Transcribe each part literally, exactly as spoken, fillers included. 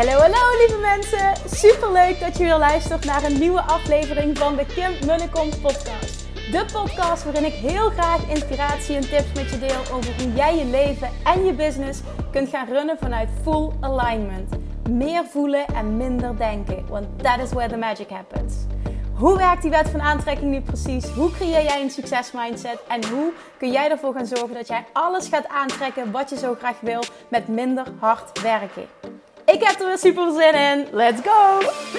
Hallo, hallo lieve mensen. Super leuk dat je weer luistert naar een nieuwe aflevering van de Kim Munnekom podcast. De podcast waarin ik heel graag inspiratie en tips met je deel over hoe jij je leven en je business kunt gaan runnen vanuit full alignment. Meer voelen en minder denken, want that is where the magic happens. Hoe werkt die wet van aantrekking nu precies? Hoe creëer jij een succesmindset? En hoe kun jij ervoor gaan zorgen dat jij alles gaat aantrekken wat je zo graag wil met minder hard werken? Ik heb er weer super zin in. Let's go!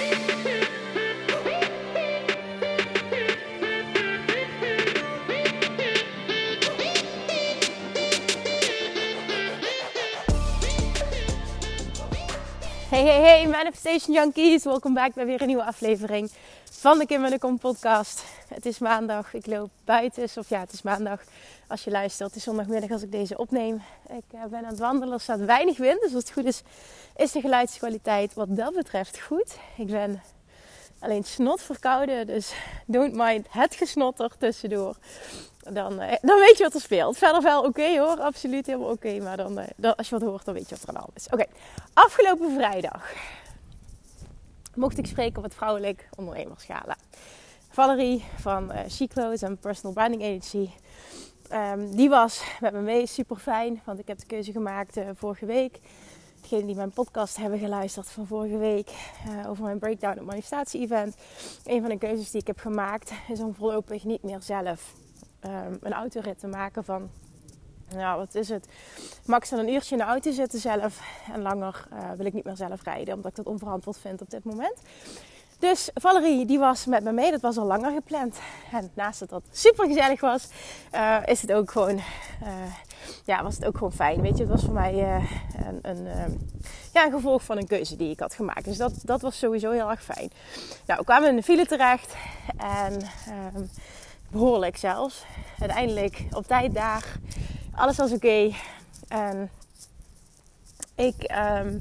Hey, hey, hey, Manifestation Junkies. Welkom back bij weer een nieuwe aflevering van de Kim Munnekom podcast. Het is maandag. Ik loop buiten. Of ja, het is maandag als je luistert. Het is zondagmiddag als ik deze opneem. Ik uh, ben aan het wandelen. Er staat weinig wind. Dus als het goed is, is de geluidskwaliteit wat dat betreft goed. Ik ben alleen snot verkouden. Dus don't mind het gesnotter tussendoor. Dan, uh, dan weet je wat er speelt. Verder wel oké okay, hoor. Absoluut helemaal oké. Okay, maar dan, uh, dan, als je wat hoort, dan weet je wat er aan de hand is. Oké. Okay. Afgelopen vrijdag mocht ik spreken op het Vrouwelijk Ondernemerschala. Valerie van uh, She-Clothes en Personal Branding Agency. Um, die was met me mee. Super fijn. Want ik heb de keuze gemaakt uh, vorige week. Degenen die mijn podcast hebben geluisterd van vorige week. Uh, over mijn Breakdown op Manifestatie Event. Een van de keuzes die ik heb gemaakt is om voorlopig niet meer zelf um, een autorit te maken van... Nou, wat is het? Max dan een uurtje in de auto zitten zelf. En langer uh, wil ik niet meer zelf rijden. Omdat ik dat onverantwoord vind op dit moment. Dus Valerie, die was met me mee. Dat was al langer gepland. En naast dat dat super gezellig was, uh, is het ook gewoon, uh, ja, was het ook gewoon fijn. Weet je, het was voor mij uh, een, een, uh, ja, een gevolg van een keuze die ik had gemaakt. Dus dat, dat was sowieso heel erg fijn. Nou, we kwamen in de file terecht. En uh, behoorlijk zelfs. Uiteindelijk op tijd daar. Alles was oké. Okay. En ik um,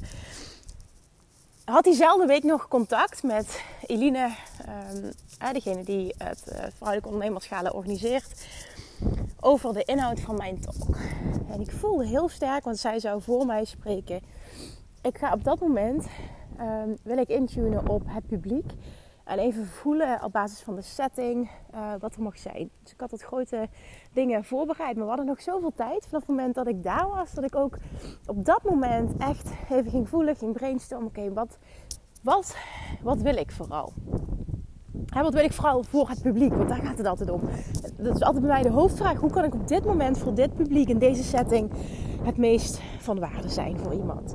had diezelfde week nog contact met Eline, um, degene die het uh, Vrouwelijk Ondernemerschala organiseert, over de inhoud van mijn talk. En ik voelde heel sterk, want zij zou voor mij spreken. Ik ga op dat moment, um, wil ik intunen op het publiek. En even voelen op basis van de setting uh, wat er mag zijn. Dus ik had wat grote dingen voorbereid. Maar we hadden nog zoveel tijd vanaf het moment dat ik daar was. Dat ik ook op dat moment echt even ging voelen, ging brainstormen. Oké, okay, wat, wat, wat wil ik vooral? Hè, wat wil ik vooral voor het publiek? Want daar gaat het altijd om. Dat is altijd bij mij de hoofdvraag. Hoe kan ik op dit moment voor dit publiek in deze setting het meest van waarde zijn voor iemand?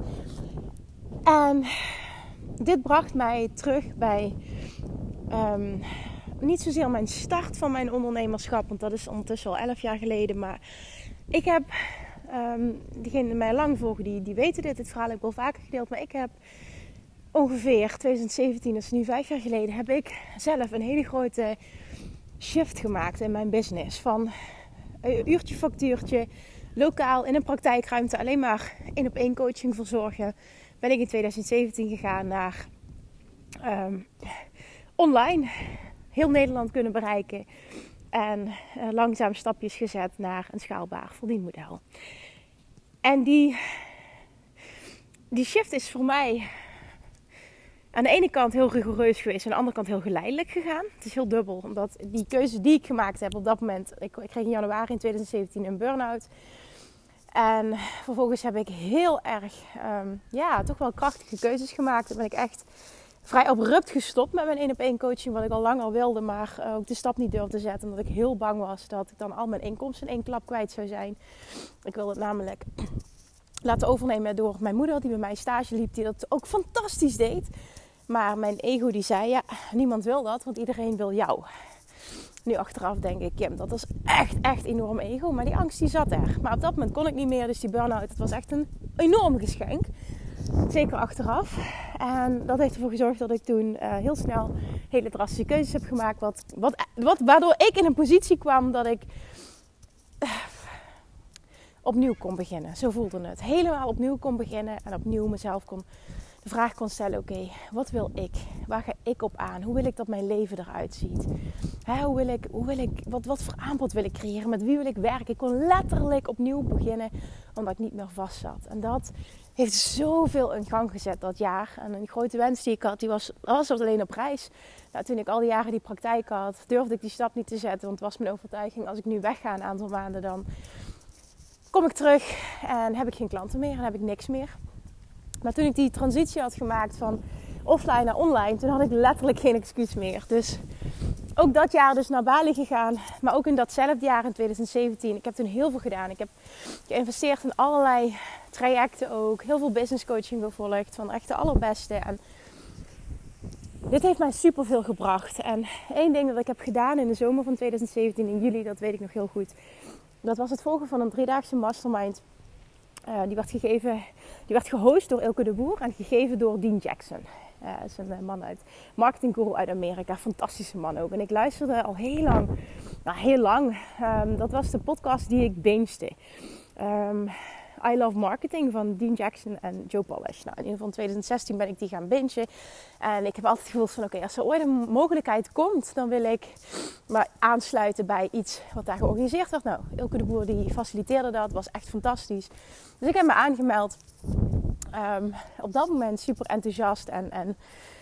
En dit bracht mij terug bij... Um, niet zozeer mijn start van mijn ondernemerschap, want dat is ondertussen al elf jaar geleden. Maar ik heb, um, diegenen die mij lang volgen, die, die weten dit. Dit verhaal heb ik wel vaker gedeeld. Maar ik heb ongeveer twintig zeventien, dat is nu vijf jaar geleden, heb ik zelf een hele grote shift gemaakt in mijn business. Van een uurtje factuurtje, lokaal in een praktijkruimte, alleen maar één op één coaching verzorgen. Ben ik in twintig zeventien gegaan naar... Um, online heel Nederland kunnen bereiken. En uh, langzaam stapjes gezet naar een schaalbaar verdienmodel. En die, die shift is voor mij aan de ene kant heel rigoureus geweest. En aan de andere kant heel geleidelijk gegaan. Het is heel dubbel. Omdat die keuze die ik gemaakt heb op dat moment. Ik, ik kreeg in januari in twintig zeventien een burn-out. En vervolgens heb ik heel erg um, ja, toch wel krachtige keuzes gemaakt. Dan ben ik echt... vrij abrupt gestopt met mijn één op één coaching, wat ik al langer wilde, maar uh, ook de stap niet durfde zetten. Omdat ik heel bang was dat ik dan al mijn inkomsten in één klap kwijt zou zijn. Ik wilde het namelijk laten overnemen door mijn moeder, die bij mij stage liep, die dat ook fantastisch deed. Maar mijn ego die zei, ja, niemand wil dat, want iedereen wil jou. Nu achteraf denk ik, Kim, dat was echt, echt enorm ego. Maar die angst die zat er. Maar op dat moment kon ik niet meer, dus die burn-out, het was echt een enorm geschenk. Zeker achteraf. En dat heeft ervoor gezorgd dat ik toen uh, heel snel hele drastische keuzes heb gemaakt. Wat, wat, wat, waardoor ik in een positie kwam dat ik uh, opnieuw kon beginnen. Zo voelde het. Helemaal opnieuw kon beginnen en opnieuw mezelf kon, de vraag kon stellen. Oké, okay, wat wil ik? Waar ga ik op aan? Hoe wil ik dat mijn leven eruit ziet? Hè, hoe wil ik, hoe wil ik, wat, wat voor aanbod wil ik creëren? Met wie wil ik werken? Ik kon letterlijk opnieuw beginnen omdat ik niet meer vast zat. En dat heeft zoveel in gang gezet dat jaar. En een grote wens die ik had, die was, was alleen op reis. Nou, toen ik al die jaren die praktijk had, durfde ik die stap niet te zetten. Want het was mijn overtuiging, als ik nu wegga een aantal maanden, dan kom ik terug en heb ik geen klanten meer en heb ik niks meer. Maar toen ik die transitie had gemaakt van offline naar online, toen had ik letterlijk geen excuus meer. Dus ook dat jaar dus naar Bali gegaan. Maar ook in datzelfde jaar in twintig zeventien. Ik heb toen heel veel gedaan. Ik heb geïnvesteerd in allerlei trajecten ook. Heel veel business coaching gevolgd. Van echt de allerbeste. En dit heeft mij superveel gebracht. En één ding dat ik heb gedaan in de zomer van twintig zeventien, in juli, dat weet ik nog heel goed. Dat was het volgen van een driedaagse mastermind. Uh, die werd gegeven, die werd gehost door Ilke de Boer en gegeven door Dean Jackson. Uh, dat is een man uit marketingguru uit Amerika. Fantastische man ook. En ik luisterde al heel lang. Nou, heel lang. Um, dat was de podcast die ik bingede. Um, I Love Marketing van Dean Jackson en Joe Polish. Nou, in ieder geval in twintig zestien ben ik die gaan bingen. En ik heb altijd het gevoel van, oké, okay, als er ooit een mogelijkheid komt, dan wil ik me aansluiten bij iets wat daar georganiseerd werd. Nou, Ilke de Boer die faciliteerde dat. Was echt fantastisch. Dus ik heb me aangemeld. Um, op dat moment super enthousiast en, en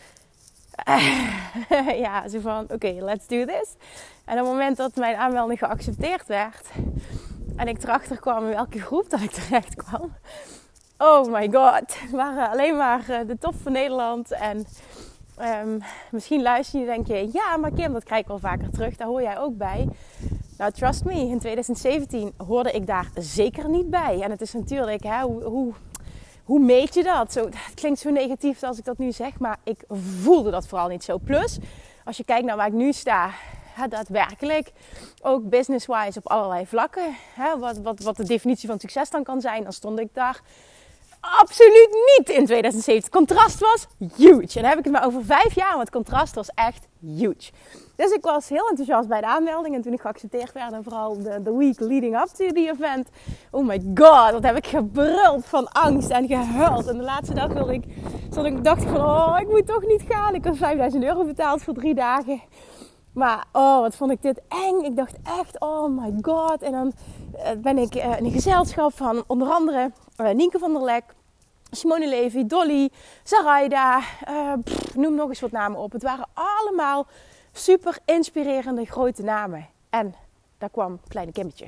uh, ja, zo van oké, okay, let's do this. En op het moment dat mijn aanmelding geaccepteerd werd en ik erachter kwam in welke groep dat ik terecht kwam, oh my god, het waren alleen maar uh, de top van Nederland. En um, misschien luister je en denk je, ja, maar Kim, dat krijg ik wel vaker terug, daar hoor jij ook bij. Nou, trust me, in twintig zeventien hoorde ik daar zeker niet bij. En het is natuurlijk, hè, hoe, hoe, hoe meet je dat? Zo, het klinkt zo negatief als ik dat nu zeg, maar ik voelde dat vooral niet zo. Plus, als je kijkt naar waar ik nu sta, hè, daadwerkelijk, ook business-wise op allerlei vlakken. Hè, wat, wat, wat de definitie van succes dan kan zijn, dan stond ik daar absoluut niet in twintig zeventien. Het contrast was huge. En dan heb ik het maar over vijf jaar, want het contrast was echt huge. Dus ik was heel enthousiast bij de aanmelding. En toen ik geaccepteerd werd, en vooral de, de week leading up to the event. Oh my god, wat heb ik gebruld van angst en gehuild. En de laatste dag wilde ik, zat ik, dacht ik van, oh, ik moet toch niet gaan. Ik had vijfduizend euro betaald voor drie dagen. Maar, oh, wat vond ik dit eng. Ik dacht echt, oh my god. En dan ben ik in een gezelschap van onder andere uh, Nienke van der Lek, Simone Levy, Dolly, Zaraida, uh, pff, noem nog eens wat namen op. Het waren allemaal super inspirerende grote namen. En daar kwam kleine Kimmetje.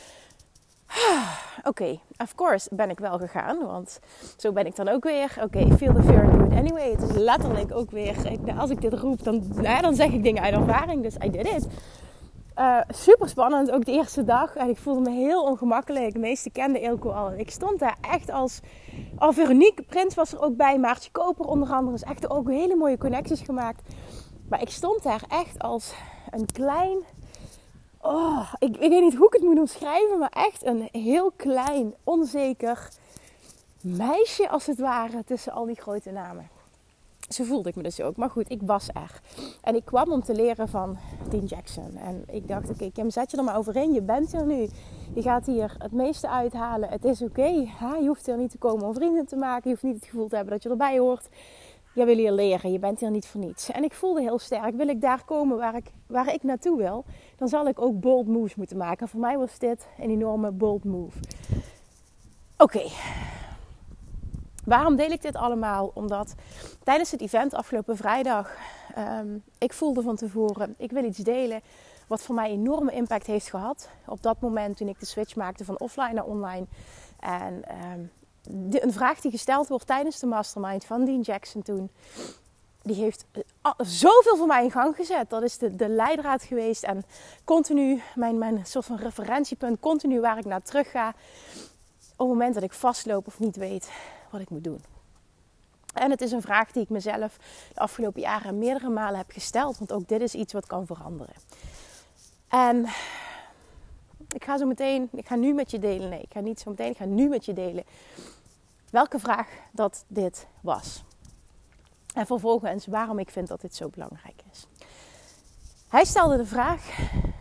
Oké, okay, of course ben ik wel gegaan, want zo ben ik dan ook weer. Oké, okay, feel the fear and do it anyway. Het is letterlijk ook weer, ik, als ik dit roep, dan, nou, dan zeg ik dingen uit ervaring. Dus I did it. Uh, super spannend, ook de eerste dag. En ik voelde me heel ongemakkelijk. De meesten kenden Ilko al. Ik stond daar echt als... Oh, Veronique Prins was er ook bij. Maartje Koper onder andere. Dus echt ook hele mooie connecties gemaakt. Maar ik stond daar echt als een klein... Oh, ik, ik weet niet hoe ik het moet omschrijven. Maar echt een heel klein, onzeker meisje als het ware. Tussen al die grote namen. Zo voelde ik me dus ook. Maar goed, ik was er. En ik kwam om te leren van Dean Jackson. En ik dacht, oké, okay, Kim, zet je er maar overheen. Je bent er nu. Je gaat hier het meeste uithalen. Het is oké. Okay. Je hoeft hier niet te komen om vrienden te maken. Je hoeft niet het gevoel te hebben dat je erbij hoort. Jij wil hier leren. Je bent hier niet voor niets. En ik voelde heel sterk, wil ik daar komen waar ik, waar ik naartoe wil, dan zal ik ook bold moves moeten maken. Voor mij was dit een enorme bold move. Oké. Okay. Waarom deel ik dit allemaal? Omdat tijdens het event afgelopen vrijdag, um, ik voelde van tevoren, ik wil iets delen wat voor mij enorme impact heeft gehad. Op dat moment toen ik de switch maakte van offline naar online. En um, de, een vraag die gesteld wordt tijdens de mastermind van Dean Jackson toen, die heeft uh, zoveel voor mij in gang gezet. Dat is de, de leidraad geweest en continu, mijn, mijn soort van referentiepunt, continu waar ik naar terug ga. Op het moment dat ik vastloop of niet weet wat ik moet doen. En het is een vraag die ik mezelf de afgelopen jaren meerdere malen heb gesteld. Want ook dit is iets wat kan veranderen. En ik ga zo meteen, ik ga nu met je delen. Nee, ik ga niet zo meteen, ik ga nu met je delen. Welke vraag dat dit was. En vervolgens waarom ik vind dat dit zo belangrijk is. Hij stelde de vraag.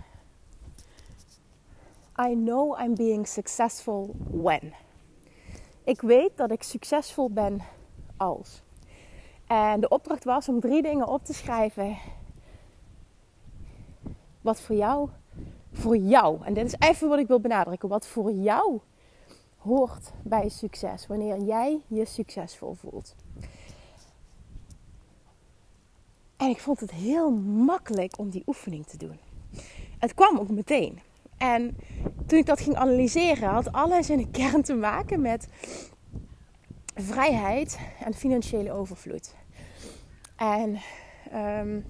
I know I'm being successful when. Ik weet dat ik succesvol ben als. En de opdracht was om drie dingen op te schrijven. Wat voor jou, voor jou, en dit is even wat ik wil benadrukken. Wat voor jou hoort bij succes. Wanneer jij je succesvol voelt. En ik vond het heel makkelijk om die oefening te doen. Het kwam ook meteen. En toen ik dat ging analyseren, had alles in de kern te maken met vrijheid en financiële overvloed. En um,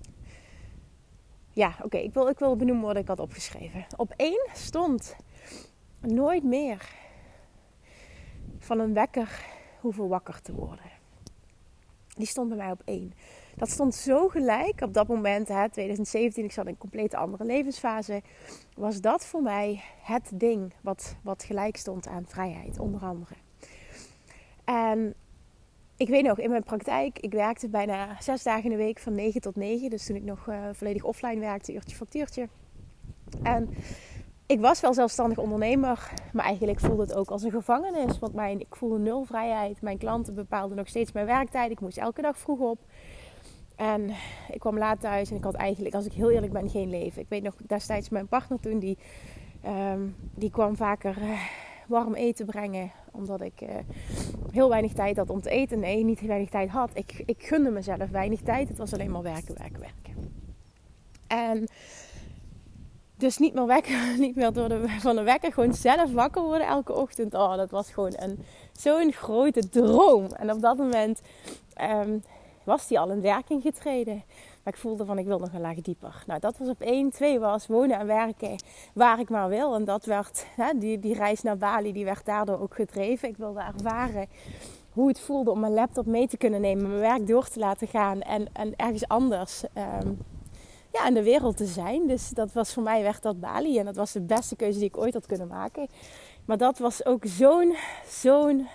ja, oké, okay, ik, wil, ik wil benoemen wat ik had opgeschreven. Op één stond nooit meer van een wekker hoeven wakker te worden. Die stond bij mij op één. Dat stond zo gelijk op dat moment, hè, twintig zeventien, ik zat in een compleet andere levensfase. Was dat voor mij het ding wat, wat gelijk stond aan vrijheid, onder andere. En ik weet nog, in mijn praktijk, ik werkte bijna zes dagen in de week van negen tot negen. Dus toen ik nog uh, volledig offline werkte, uurtje factuurtje. En ik was wel zelfstandig ondernemer, maar eigenlijk voelde het ook als een gevangenis. Want mijn, ik voelde nul vrijheid. Mijn klanten bepaalden nog steeds mijn werktijd. Ik moest elke dag vroeg op. En ik kwam laat thuis en ik had eigenlijk, als ik heel eerlijk ben, geen leven. Ik weet nog destijds mijn partner toen, die, um, die kwam vaker uh, warm eten brengen. Omdat ik uh, heel weinig tijd had om te eten. Nee, niet weinig tijd had. Ik, ik gunde mezelf weinig tijd. Het was alleen maar werken, werken, werken. En dus niet meer wekker, niet meer door de, van de wekker. Gewoon zelf wakker worden elke ochtend. Oh, dat was gewoon een, zo'n grote droom. En op dat moment um, was die al in werking getreden. Maar ik voelde van, ik wil nog een laag dieper. Nou, dat was op één. Twee was wonen en werken waar ik maar wil. En dat werd, hè, die, die reis naar Bali, die werd daardoor ook gedreven. Ik wilde ervaren hoe het voelde om mijn laptop mee te kunnen nemen. Mijn werk door te laten gaan. En, en ergens anders um, ja, in de wereld te zijn. Dus dat was voor mij, werd dat Bali. En dat was de beste keuze die ik ooit had kunnen maken. Maar dat was ook zo'n, zo'n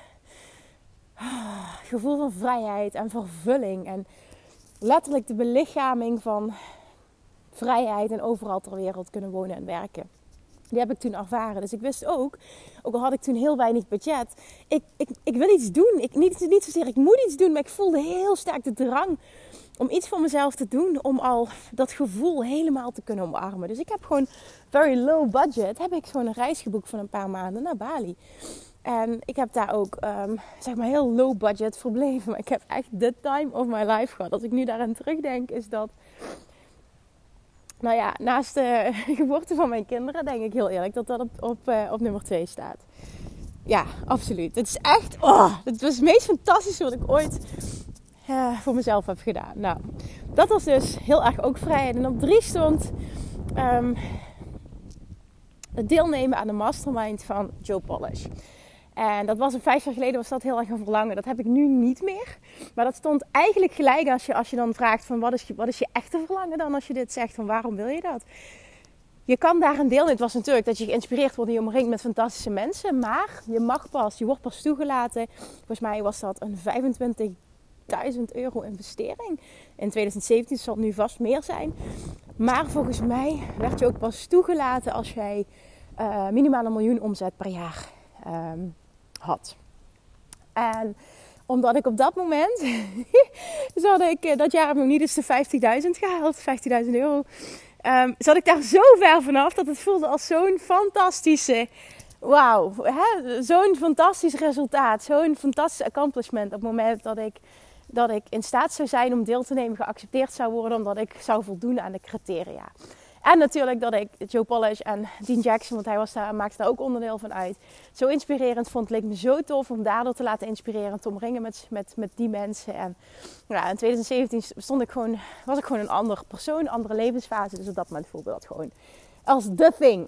oh, gevoel van vrijheid en vervulling. En letterlijk de belichaming van vrijheid en overal ter wereld kunnen wonen en werken. Die heb ik toen ervaren. Dus ik wist ook, ook al had ik toen heel weinig budget, ik, ik, ik wil iets doen. Ik, niet, niet zozeer ik moet iets doen, maar ik voelde heel sterk de drang om iets voor mezelf te doen. Om al dat gevoel helemaal te kunnen omarmen. Dus ik heb gewoon very low budget, heb ik gewoon een reis geboekt van een paar maanden naar Bali. En ik heb daar ook, um, zeg maar, heel low budget verbleven. Maar ik heb echt the time of my life gehad. Als ik nu daaraan terugdenk, is dat, nou ja, naast de geboorte van mijn kinderen, denk ik heel eerlijk dat dat op, op, uh, op nummer twee staat. Ja, absoluut. Het is echt, oh, het was het meest fantastische wat ik ooit uh, voor mezelf heb gedaan. Nou, dat was dus heel erg ook vrijheid. En op drie stond um, het deelnemen aan de mastermind van Joe Polish. En dat was een vijf jaar geleden, was dat heel erg een verlangen. Dat heb ik nu niet meer. Maar dat stond eigenlijk gelijk als je, als je dan vraagt van wat is, je, wat is je echte verlangen dan als je dit zegt. Van waarom wil je dat? Je kan daar een deel in. Het was natuurlijk dat je geïnspireerd wordt en je omringt met fantastische mensen. Maar je mag pas, je wordt pas toegelaten. Volgens mij was dat een vijfentwintigduizend euro investering. In twintig zeventien zal het nu vast meer zijn. Maar volgens mij werd je ook pas toegelaten als jij uh, minimaal een miljoen omzet per jaar um, had. En omdat ik op dat moment, zat ik, dat jaar heb ik nog niet eens de vijftigduizend gehaald, vijftigduizend euro, um, zat ik daar zo ver vanaf dat het voelde als zo'n fantastische, wauw, hè, zo'n fantastisch resultaat, zo'n fantastisch accomplishment op het moment dat ik, dat ik in staat zou zijn om deel te nemen, geaccepteerd zou worden, omdat ik zou voldoen aan de criteria. En natuurlijk dat ik Joe Polish en Dean Jackson, want hij was daar, maakte daar ook onderdeel van uit, zo inspirerend vond. Het leek me zo tof om daardoor te laten inspireren, te omringen met, met, met die mensen. En ja, in twintig zeventien stond ik gewoon, was ik gewoon een andere persoon, een andere levensfase. Dus op dat moment voelde dat gewoon als the thing.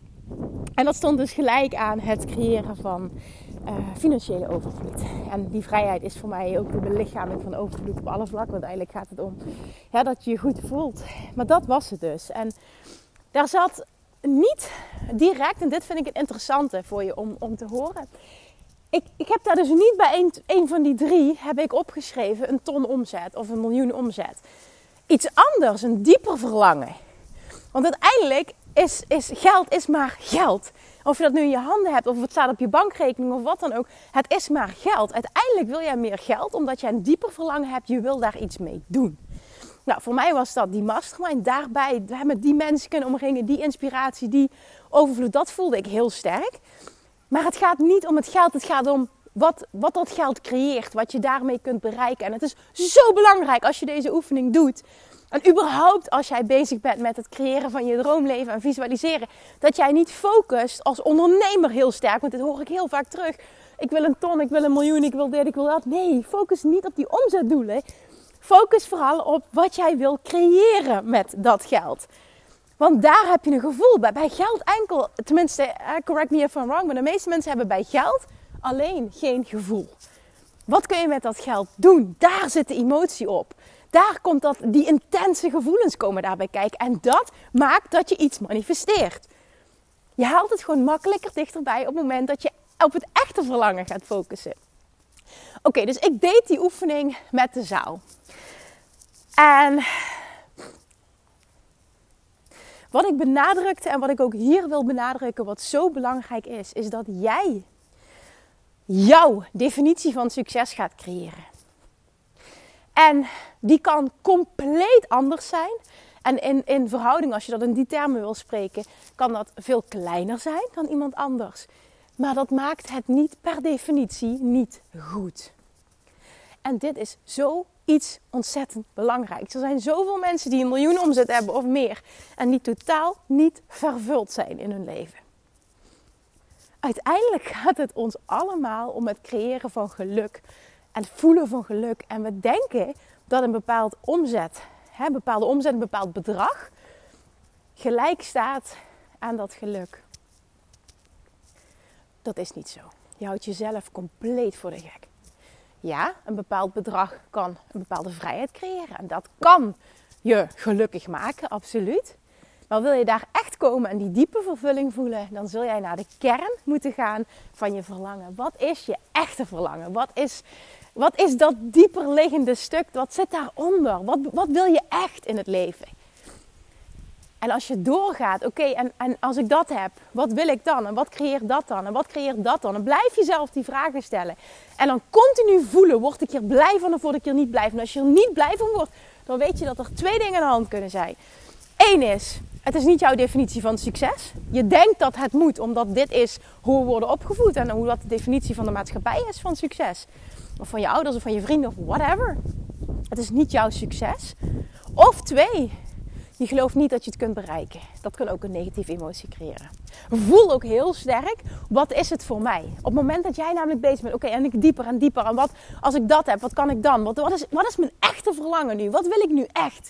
En dat stond dus gelijk aan het creëren van uh, financiële overvloed. En die vrijheid is voor mij ook de belichaming van overvloed op alle vlakken. Want eigenlijk gaat het om ja, dat je je goed voelt. Maar dat was het dus. En daar zat niet direct, en dit vind ik het interessante voor je om, om te horen. Ik, ik heb daar dus niet bij een, een van die drie heb ik opgeschreven een ton omzet of een miljoen omzet. Iets anders, een dieper verlangen. Want uiteindelijk is, is geld is maar geld. Of je dat nu in je handen hebt, of het staat op je bankrekening of wat dan ook. Het is maar geld. Uiteindelijk wil jij meer geld, omdat jij een dieper verlangen hebt. Je wil daar iets mee doen. Nou, voor mij was dat die mastermind. Daarbij met die mensen kunnen omringen, die inspiratie, die overvloed. Dat voelde ik heel sterk. Maar het gaat niet om het geld. Het gaat om wat, wat dat geld creëert. Wat je daarmee kunt bereiken. En het is zo belangrijk als je deze oefening doet. En überhaupt als jij bezig bent met het creëren van je droomleven en visualiseren. Dat jij niet focust als ondernemer heel sterk. Want dit hoor ik heel vaak terug. Ik wil een ton, ik wil een miljoen, ik wil dit, ik wil dat. Nee, focus niet op die omzetdoelen. Focus vooral op wat jij wil creëren met dat geld. Want daar heb je een gevoel bij. Bij geld enkel, tenminste, correct me if I'm wrong, maar de meeste mensen hebben bij geld alleen geen gevoel. Wat kun je met dat geld doen? Daar zit de emotie op. Daar komt dat, die intense gevoelens komen daarbij kijken. En dat maakt dat je iets manifesteert. Je haalt het gewoon makkelijker dichterbij op het moment dat je op het echte verlangen gaat focussen. Oké, okay, dus ik deed die oefening met de zaal. En wat ik benadrukte en wat ik ook hier wil benadrukken, wat zo belangrijk is, is dat jij jouw definitie van succes gaat creëren. En die kan compleet anders zijn. En in, in verhouding, als je dat in die termen wil spreken, kan dat veel kleiner zijn dan iemand anders. Maar dat maakt het niet per definitie niet goed. En dit is zoiets ontzettend belangrijks. Er zijn zoveel mensen die een miljoen omzet hebben of meer. En die totaal niet vervuld zijn in hun leven. Uiteindelijk gaat het ons allemaal om het creëren van geluk. En het voelen van geluk. En we denken dat een bepaald omzet, hè, bepaalde omzet, een bepaald bedrag, gelijk staat aan dat geluk. Dat is niet zo. Je houdt jezelf compleet voor de gek. Ja, een bepaald bedrag kan een bepaalde vrijheid creëren. En dat kan je gelukkig maken, absoluut. Maar wil je daar echt komen en die diepe vervulling voelen, dan zul jij naar de kern moeten gaan van je verlangen. Wat is je echte verlangen? Wat is, wat is dat dieper liggende stuk? Wat zit daaronder? Wat, wat wil je echt in het leven? En als je doorgaat, oké, okay, en, en als ik dat heb, wat wil ik dan? En wat creëert dat dan? En wat creëert dat dan? En blijf jezelf die vragen stellen. En dan continu voelen, word ik hier blij van of word ik hier niet blij van? En als je er niet blij van wordt, dan weet je dat er twee dingen aan de hand kunnen zijn. Eén is, het is niet jouw definitie van succes. Je denkt dat het moet, omdat dit is hoe we worden opgevoed. En hoe dat de definitie van de maatschappij is van succes. Of van je ouders of van je vrienden of whatever. Het is niet jouw succes. Of twee, je gelooft niet dat je het kunt bereiken. Dat kan ook een negatieve emotie creëren. Voel ook heel sterk, wat is het voor mij? Op het moment dat jij namelijk bezig bent, oké, okay, en ik dieper en dieper. En wat, als ik dat heb, wat kan ik dan? Wat, wat, is, wat is mijn echte verlangen nu? Wat wil ik nu echt?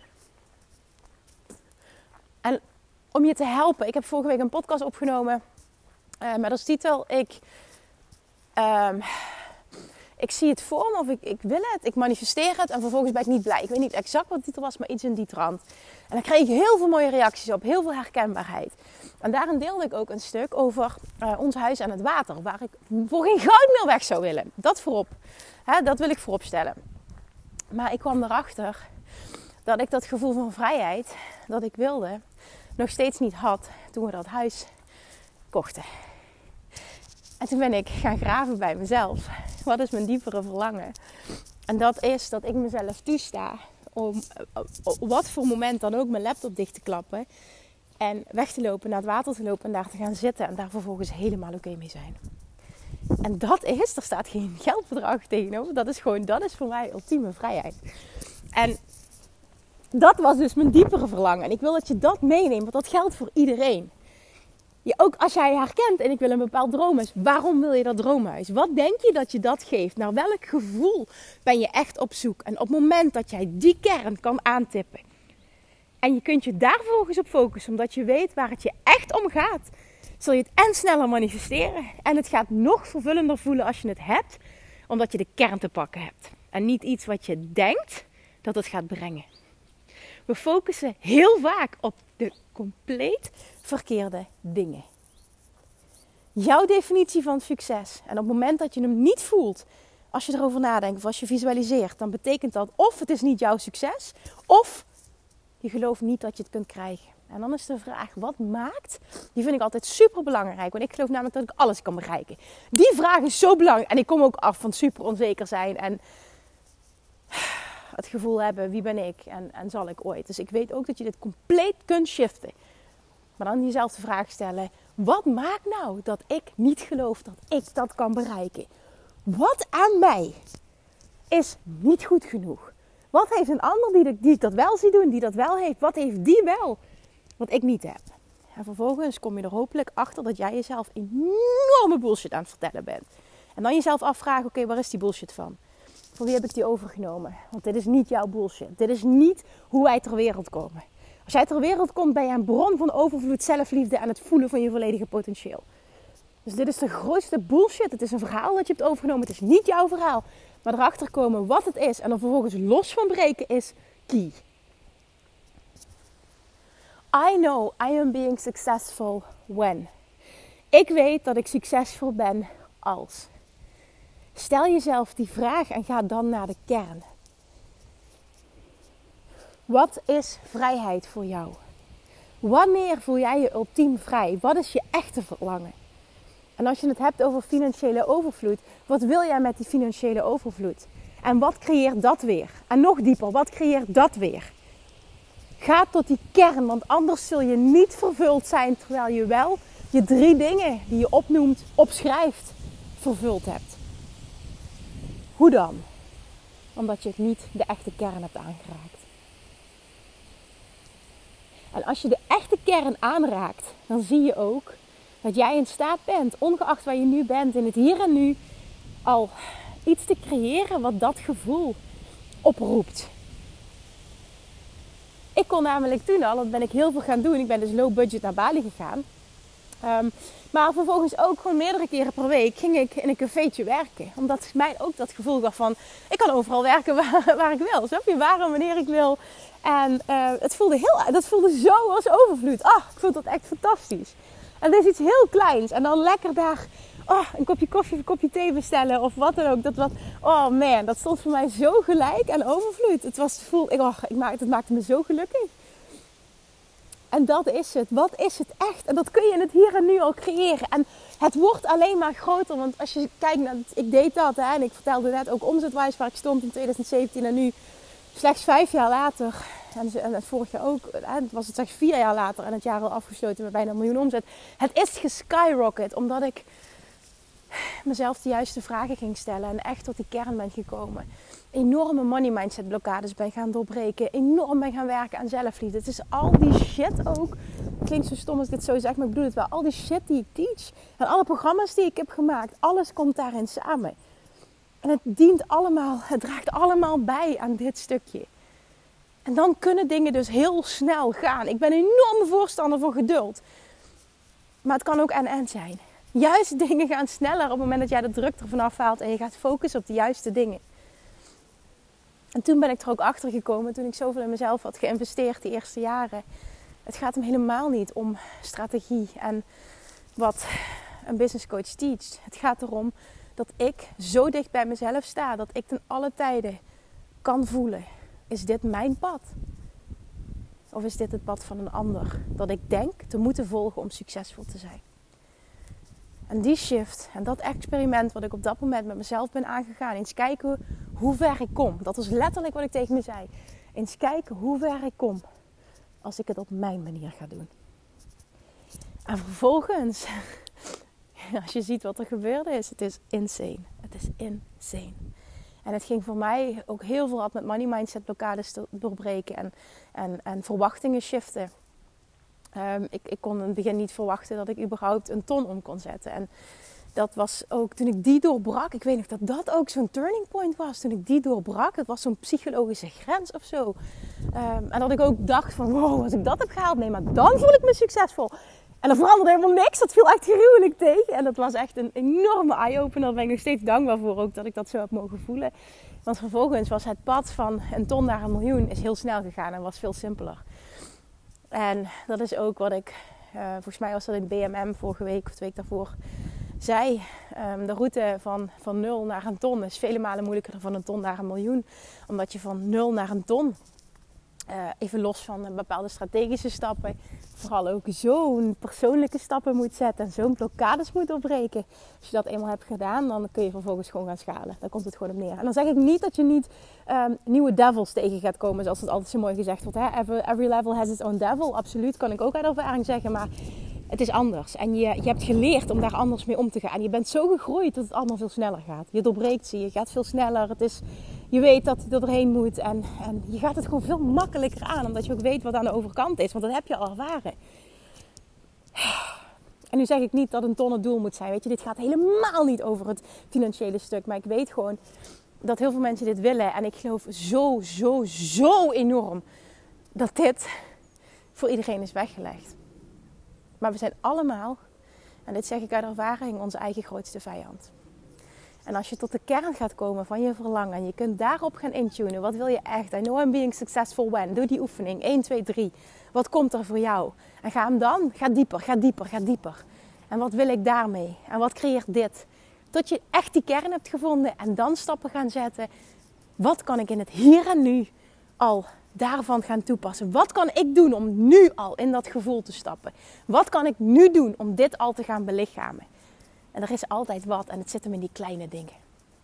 En om je te helpen, ik heb vorige week een podcast opgenomen. Uh, met als titel, ik... Um, Ik zie het voor me of ik, ik wil het, ik manifesteer het en vervolgens ben ik niet blij. Ik weet niet exact wat de titel was, maar iets in die trant. En daar kreeg ik heel veel mooie reacties op, heel veel herkenbaarheid. En daarin deelde ik ook een stuk over uh, ons huis aan het water, waar ik voor geen goud meer weg zou willen. Dat voorop, Hè, dat wil ik voorop stellen. Maar ik kwam erachter dat ik dat gevoel van vrijheid, dat ik wilde, nog steeds niet had toen we dat huis kochten. En toen ben ik gaan graven bij mezelf. Wat is mijn diepere verlangen? En dat is dat ik mezelf toesta om op wat voor moment dan ook mijn laptop dicht te klappen. En weg te lopen, naar het water te lopen en daar te gaan zitten. En daar vervolgens helemaal oké mee zijn. En dat is, er staat geen geldbedrag tegenover. Dat is gewoon, dat is voor mij ultieme vrijheid. En dat was dus mijn diepere verlangen. En ik wil dat je dat meeneemt, want dat geldt voor iedereen. Ja, ook als jij herkent en ik wil een bepaald droomhuis. Waarom wil je dat droomhuis? Wat denk je dat je dat geeft? Naar welk gevoel ben je echt op zoek? En op het moment dat jij die kern kan aantippen. En je kunt je daar vervolgens op focussen. Omdat je weet waar het je echt om gaat. Zul je het en sneller manifesteren. En het gaat nog vervullender voelen als je het hebt. Omdat je de kern te pakken hebt. En niet iets wat je denkt dat het gaat brengen. We focussen heel vaak op de compleet verkeerde dingen. Jouw definitie van succes. En op het moment dat je hem niet voelt, als je erover nadenkt of als je visualiseert, dan betekent dat of het is niet jouw succes, of je gelooft niet dat je het kunt krijgen. En dan is de vraag, wat maakt? Die vind ik altijd super belangrijk. Want ik geloof namelijk dat ik alles kan bereiken. Die vraag is zo belangrijk. En ik kom ook af van super onzeker zijn en het gevoel hebben, wie ben ik en, en zal ik ooit. Dus ik weet ook dat je dit compleet kunt shiften. Maar dan jezelf de vraag stellen, Wat maakt nou dat ik niet geloof dat ik dat kan bereiken? Wat aan mij is niet goed genoeg? Wat heeft een ander die, die dat wel ziet doen, die dat wel heeft? Wat heeft die wel, wat ik niet heb? En vervolgens kom je er hopelijk achter dat jij jezelf enorme bullshit aan het vertellen bent. En dan jezelf afvragen, oké, okay, waar is die bullshit van? Van wie heb ik die overgenomen? Want dit is niet jouw bullshit. Dit is niet hoe wij ter wereld komen. Als jij ter wereld komt, ben je een bron van overvloed, zelfliefde en het voelen van je volledige potentieel. Dus dit is de grootste bullshit. Het is een verhaal dat je hebt overgenomen. Het is niet jouw verhaal. Maar erachter komen wat het is en er vervolgens los van breken is key. I know I am being successful when. Ik weet dat ik succesvol ben als. Stel jezelf die vraag en ga dan naar de kern. Wat is vrijheid voor jou? Wanneer voel jij je ultiem vrij? Wat is je echte verlangen? En als je het hebt over financiële overvloed, wat wil jij met die financiële overvloed? En wat creëert dat weer? En nog dieper, wat creëert dat weer? Ga tot die kern, want anders zul je niet vervuld zijn terwijl je wel je drie dingen die je opnoemt, opschrijft, vervuld hebt. Hoe dan? Omdat je het niet de echte kern hebt aangeraakt. En als je de echte kern aanraakt, dan zie je ook dat jij in staat bent, ongeacht waar je nu bent, in het hier en nu, al iets te creëren wat dat gevoel oproept. Ik kon namelijk toen al, dat ben ik heel veel gaan doen. Ik ben dus low budget naar Bali gegaan. Um, maar vervolgens ook gewoon meerdere keren per week ging ik in een cafeetje werken. Omdat het mij ook dat gevoel gaf van, ik kan overal werken waar, waar ik wil. Snap je? Waar en wanneer ik wil. En uh, het voelde heel, dat voelde zo als overvloed. Ah, ik vond dat echt fantastisch. En dit is iets heel kleins. En dan lekker daar oh, een kopje koffie of een kopje thee bestellen of wat dan ook. Dat wat, oh man, dat stond voor mij zo gelijk aan overvloed. Het was, voel, ik, oh, ik maakte, het maakte me zo gelukkig. En dat is het. Wat is het echt? En dat kun je in het hier en nu al creëren. En het wordt alleen maar groter. Want als je kijkt naar... Ik deed dat. Hè, en ik vertelde net ook omzetwijs waar ik stond in twintig zeventien. En nu slechts vijf jaar later. En, en vorig jaar ook. Het was het slechts vier jaar later. En het jaar al afgesloten met bijna een miljoen omzet. Het is geskyrocket. Omdat ik mezelf de juiste vragen ging stellen. En echt tot die kern ben gekomen. Enorme money mindset blokkades ben gaan doorbreken. Enorm ben gaan werken aan zelfliefde. Het is al die shit ook. Het klinkt zo stom als ik dit zo zeg, maar ik bedoel het wel. Al die shit die ik teach. En alle programma's die ik heb gemaakt. Alles komt daarin samen. En het dient allemaal, het draagt allemaal bij aan dit stukje. En dan kunnen dingen dus heel snel gaan. Ik ben een enorme voorstander voor geduld. Maar het kan ook en-en zijn. Juist dingen gaan sneller op het moment dat jij de druk ervan afhaalt. En je gaat focussen op de juiste dingen. En toen ben ik er ook achter gekomen, toen ik zoveel in mezelf had geïnvesteerd die eerste jaren. Het gaat hem helemaal niet om strategie en wat een business coach teacht. Het gaat erom dat ik zo dicht bij mezelf sta, dat ik ten alle tijden kan voelen. Is dit mijn pad? Of is dit het pad van een ander? Dat ik denk te moeten volgen om succesvol te zijn. En die shift en dat experiment wat ik op dat moment met mezelf ben aangegaan. Eens kijken hoe ver ik kom. Dat was letterlijk wat ik tegen me zei. Eens kijken hoe ver ik kom. Als ik het op mijn manier ga doen. En vervolgens. Als je ziet wat er gebeurde is. Het is insane. Het is insane. En het ging voor mij ook heel veel met money mindset blokkades te doorbreken. En, en, en verwachtingen shiften. Um, ik, ik kon in het begin niet verwachten dat ik überhaupt een ton om kon zetten. En dat was ook toen ik die doorbrak. Ik weet nog dat dat ook zo'n turning point was. Toen ik die doorbrak. Het was zo'n psychologische grens of zo. Um, en dat ik ook dacht van wow, als ik dat heb gehaald. Nee, maar dan voel ik me succesvol. En er veranderde helemaal niks. Dat viel echt gruwelijk tegen. En dat was echt een enorme eye-opener. Daar ben ik nog steeds dankbaar voor ook dat ik dat zo heb mogen voelen. Want vervolgens was het pad van een ton naar een miljoen is heel snel gegaan. En was veel simpeler. En dat is ook wat ik, uh, volgens mij was dat in B M M vorige week of twee weken daarvoor, zei. Um, de route van, van nul naar een ton is vele malen moeilijker dan van een ton naar een miljoen. Omdat je van nul naar een ton, uh, even los van uh, bepaalde strategische stappen, vooral ook zo'n persoonlijke stappen moet zetten en zo'n blokkades moet doorbreken. Als je dat eenmaal hebt gedaan, dan kun je vervolgens gewoon gaan schalen. Daar komt het gewoon op neer. En dan zeg ik niet dat je niet um, nieuwe devils tegen gaat komen, zoals het altijd zo mooi gezegd wordt. Hè? Every, every level has its own devil. Absoluut, kan ik ook uit ervaring zeggen. Maar Het is anders. En je, je hebt geleerd om daar anders mee om te gaan. Je bent zo gegroeid dat het allemaal veel sneller gaat. Je doorbreekt ze, je gaat veel sneller. Het is, je weet dat je er doorheen moet. En, en je gaat het gewoon veel makkelijker aan. Omdat je ook weet wat aan de overkant is. Want dat heb je al ervaren. En nu zeg ik niet dat een ton het doel moet zijn. Weet je, dit gaat helemaal niet over het financiële stuk. Maar ik weet gewoon dat heel veel mensen dit willen. En ik geloof zo, zo, zo enorm dat dit voor iedereen is weggelegd. Maar we zijn allemaal, en dit zeg ik uit ervaring, onze eigen grootste vijand. En als je tot de kern gaat komen van je verlangen en je kunt daarop gaan intunen. Wat wil je echt? I know I'm being successful when. Doe die oefening. één, twee, drie. Wat komt er voor jou? En ga hem dan, ga dieper, ga dieper, ga dieper. En wat wil ik daarmee? En wat creëert dit? Tot je echt die kern hebt gevonden en dan stappen gaan zetten. Wat kan ik in het hier en nu al daarvan gaan toepassen? Wat kan ik doen om nu al in dat gevoel te stappen? Wat kan ik nu doen om dit al te gaan belichamen? En er is altijd wat en het zit hem in die kleine dingen.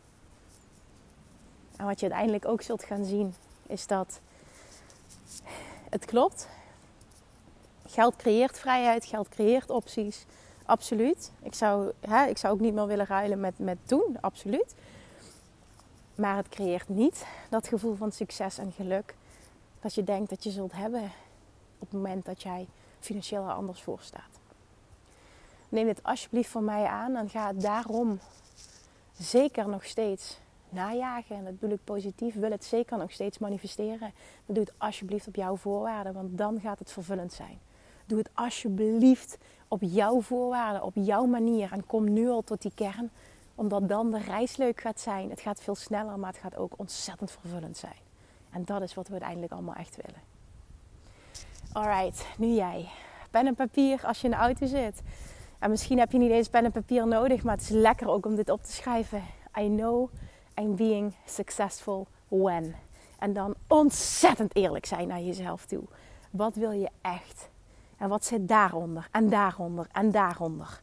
En wat je uiteindelijk ook zult gaan zien is dat het klopt. Geld creëert vrijheid, geld creëert opties. Absoluut. Ik zou, hè, ik zou ook niet meer willen ruilen met, met doen, absoluut. Maar het creëert niet dat gevoel van succes en geluk dat je denkt dat je zult hebben op het moment dat jij financieel er anders voor staat. Neem dit alsjeblieft van mij aan en ga het daarom zeker nog steeds najagen. En dat bedoel ik positief, wil het zeker nog steeds manifesteren. Maar doe het alsjeblieft op jouw voorwaarden, want dan gaat het vervullend zijn. Doe het alsjeblieft op jouw voorwaarden, op jouw manier. En kom nu al tot die kern, omdat dan de reis leuk gaat zijn. Het gaat veel sneller, maar het gaat ook ontzettend vervullend zijn. En dat is wat we uiteindelijk allemaal echt willen. Alright, nu jij. Pen en papier als je in de auto zit. En misschien heb je niet eens pen en papier nodig, maar het is lekker ook om dit op te schrijven. I know I'm being successful when. En dan ontzettend eerlijk zijn naar jezelf toe. Wat wil je echt? En wat zit daaronder? En daaronder? En daaronder?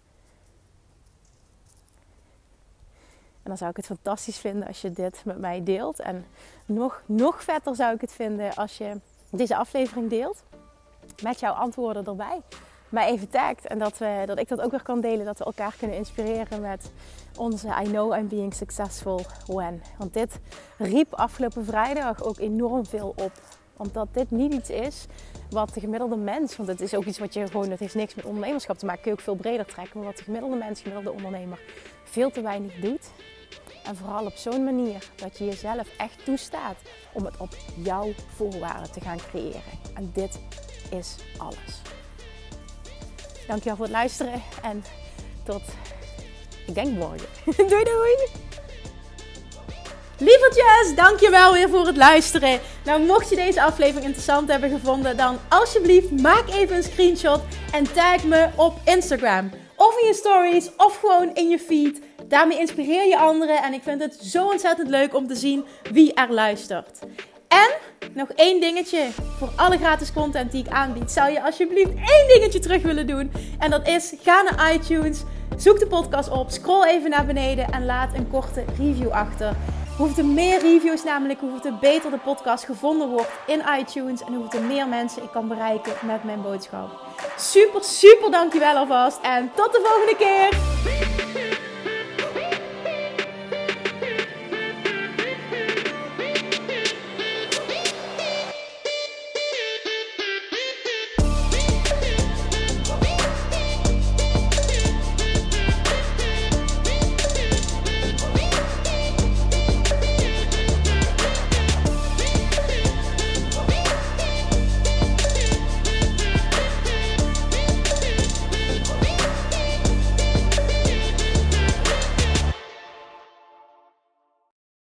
En dan zou ik het fantastisch vinden als je dit met mij deelt. En nog, nog vetter zou ik het vinden als je deze aflevering deelt. Met jouw antwoorden erbij. Mij even tagt. En dat, we, dat ik dat ook weer kan delen. Dat we elkaar kunnen inspireren met onze I know I'm being successful when. Want dit riep afgelopen vrijdag ook enorm veel op. Omdat dit niet iets is wat de gemiddelde mens... Want het is ook iets wat je gewoon... Het heeft niks met ondernemerschap te maken. Kun je ook veel breder trekken. Maar wat de gemiddelde mens, gemiddelde ondernemer veel te weinig doet. En vooral op zo'n manier dat je jezelf echt toestaat om het op jouw voorwaarden te gaan creëren. En dit is alles. Dankjewel voor het luisteren en tot, ik denk morgen. Doei doei! Lievertjes, dankjewel weer voor het luisteren. Nou, mocht je deze aflevering interessant hebben gevonden, dan alsjeblieft maak even een screenshot en tag me op Instagram. Of in je stories, of gewoon in je feed. Daarmee inspireer je anderen en ik vind het zo ontzettend leuk om te zien wie er luistert. En nog één dingetje voor alle gratis content die ik aanbied. Zou je alsjeblieft één dingetje terug willen doen. En dat is, ga naar iTunes, zoek de podcast op, scroll even naar beneden en laat een korte review achter. Hoeveel meer reviews namelijk, hoeveel beter de podcast gevonden wordt in iTunes. En hoeveel meer mensen ik kan bereiken met mijn boodschap. Super, super dankjewel alvast. En tot de volgende keer.